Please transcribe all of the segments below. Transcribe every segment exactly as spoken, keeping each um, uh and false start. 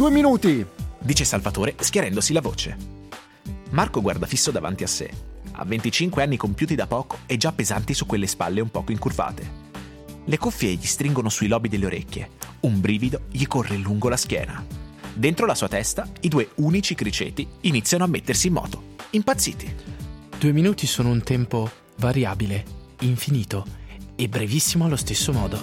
Due minuti, dice Salvatore schiarendosi la voce. Marco guarda fisso davanti a sé. Ha venticinque anni compiuti da poco e già pesanti su quelle spalle un poco incurvate. Le cuffie gli stringono sui lobi delle orecchie. Un brivido gli corre lungo la schiena. Dentro la sua testa, i due unici criceti iniziano a mettersi in moto, impazziti. Due minuti sono un tempo variabile, infinito e brevissimo allo stesso modo.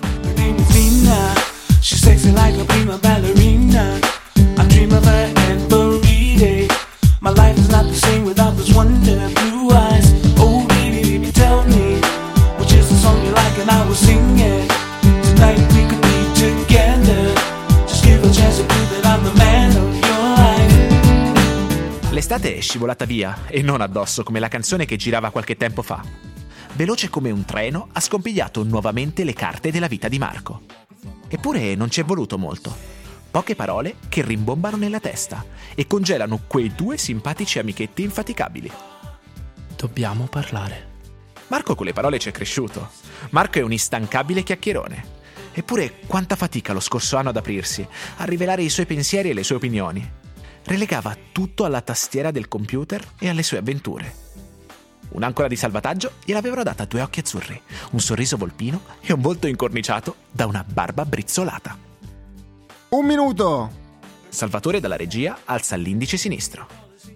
L'estate è scivolata via e non addosso come la canzone che girava qualche tempo fa. Veloce come un treno ha scompigliato nuovamente le carte della vita di Marco. Eppure non ci è voluto molto. Poche parole che rimbombano nella testa e congelano quei due simpatici amichetti infaticabili. Dobbiamo parlare. Marco con le parole ci è cresciuto. Marco è un instancabile chiacchierone. Eppure quanta fatica lo scorso anno ad aprirsi, a rivelare i suoi pensieri e le sue opinioni. Relegava tutto alla tastiera del computer e alle sue avventure. Un'ancora di salvataggio gliel'avevano data due occhi azzurri, un sorriso volpino e un volto incorniciato da una barba brizzolata. Un minuto! Salvatore dalla regia alza l'indice sinistro.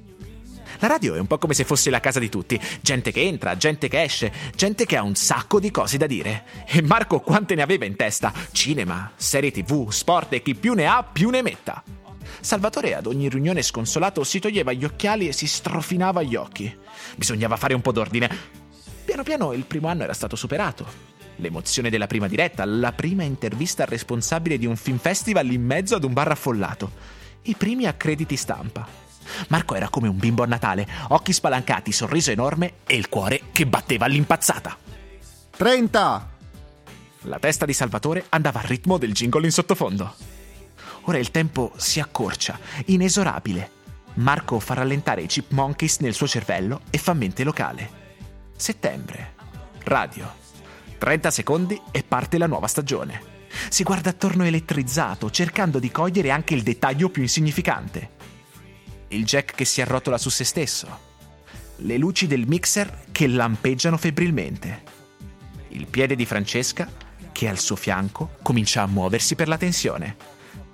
La radio è un po' come se fosse la casa di tutti. Gente che entra, gente che esce, gente che ha un sacco di cose da dire. E Marco quante ne aveva in testa? Cinema, serie tv, sport e chi più ne ha più ne metta. Salvatore ad ogni riunione sconsolato si toglieva gli occhiali e si strofinava gli occhi. Bisognava fare un po' d'ordine. Piano piano il primo anno era stato superato. L'emozione della prima diretta, la prima intervista al responsabile di un film festival in mezzo ad un bar affollato, i primi accrediti stampa. Marco era come un bimbo a Natale, occhi spalancati, sorriso enorme e il cuore che batteva all'impazzata. trenta! La testa di Salvatore andava al ritmo del jingle in sottofondo. Ora il tempo si accorcia, inesorabile. Marco fa rallentare i Chipmunks nel suo cervello e fa mente locale. Settembre. Radio. trenta secondi e parte la nuova stagione. Si guarda attorno elettrizzato, cercando di cogliere anche il dettaglio più insignificante. Il jack che si arrotola su se stesso. Le luci del mixer che lampeggiano febbrilmente. Il piede di Francesca che al suo fianco comincia a muoversi per la tensione.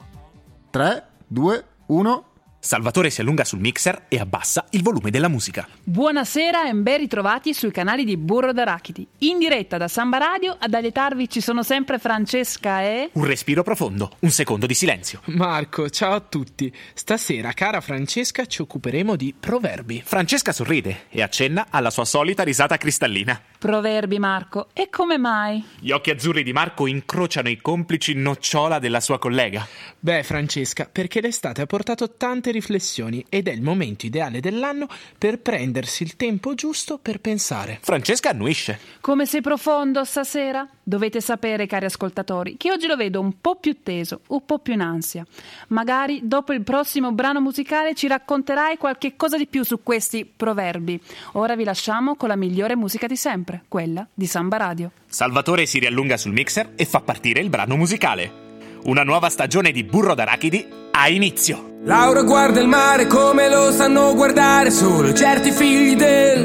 tre, due, uno... Salvatore si allunga sul mixer e abbassa il volume della musica. Buonasera e ben ritrovati sui canali di Burro d'Arachidi. In diretta da Samba Radio, ad allietarvi ci sono sempre Francesca e... Un respiro profondo, un secondo di silenzio. Marco, ciao a tutti. Stasera, cara Francesca, ci occuperemo di proverbi. Francesca sorride e accenna alla sua solita risata cristallina. Proverbi, Marco. E come mai? Gli occhi azzurri di Marco incrociano i complici nocciola della sua collega. Beh, Francesca, perché l'estate ha portato tante riflessioni ed è il momento ideale dell'anno per prendersi il tempo giusto per pensare. Francesca annuisce. Come sei profondo stasera? Dovete sapere, cari ascoltatori, che oggi lo vedo un po' più teso, un po' più in ansia. Magari dopo il prossimo brano musicale ci racconterai qualche cosa di più su questi proverbi. Ora vi lasciamo con la migliore musica di sempre, quella di Samba Radio. Salvatore si riallunga sul mixer e fa partire il brano musicale. Una nuova stagione di Burro d'Arachidi ha inizio. Laura guarda il mare come lo sanno guardare solo certi figli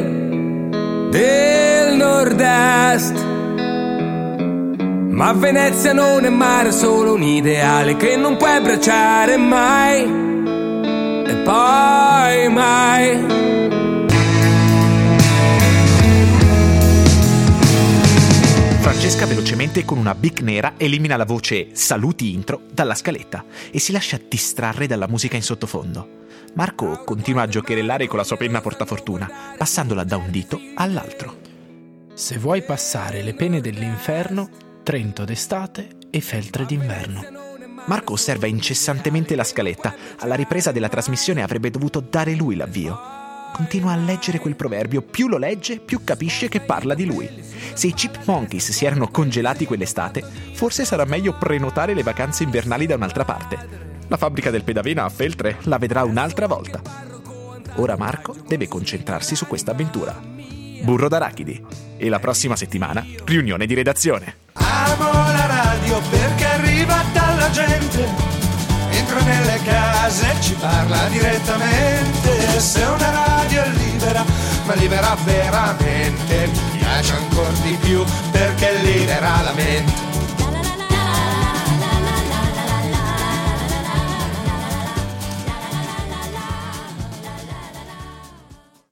del del nord-est. Ma Venezia non è mare, è solo un ideale che non puoi abbracciare mai e poi mai. Francesca velocemente con una bic nera elimina la voce "saluti intro" dalla scaletta e si lascia distrarre dalla musica in sottofondo. Marco continua a giocherellare con la sua penna portafortuna, passandola da un dito all'altro. Se vuoi passare le pene dell'inferno, Trento d'estate e Feltre d'inverno. Marco osserva incessantemente la scaletta. Alla ripresa della trasmissione avrebbe dovuto dare lui l'avvio. Continua a leggere quel proverbio, più lo legge, più capisce che parla di lui. Se i Chipmunks si erano congelati quell'estate, forse sarà meglio prenotare le vacanze invernali da un'altra parte. La fabbrica del Pedavena a Feltre la vedrà un'altra volta. Ora Marco deve concentrarsi su questa avventura. Burro d'Arachidi. E la prossima settimana, riunione di redazione. Amo la radio perché arriva dalla gente, entra nelle case se ci parla direttamente, se una radio è libera, ma libera veramente.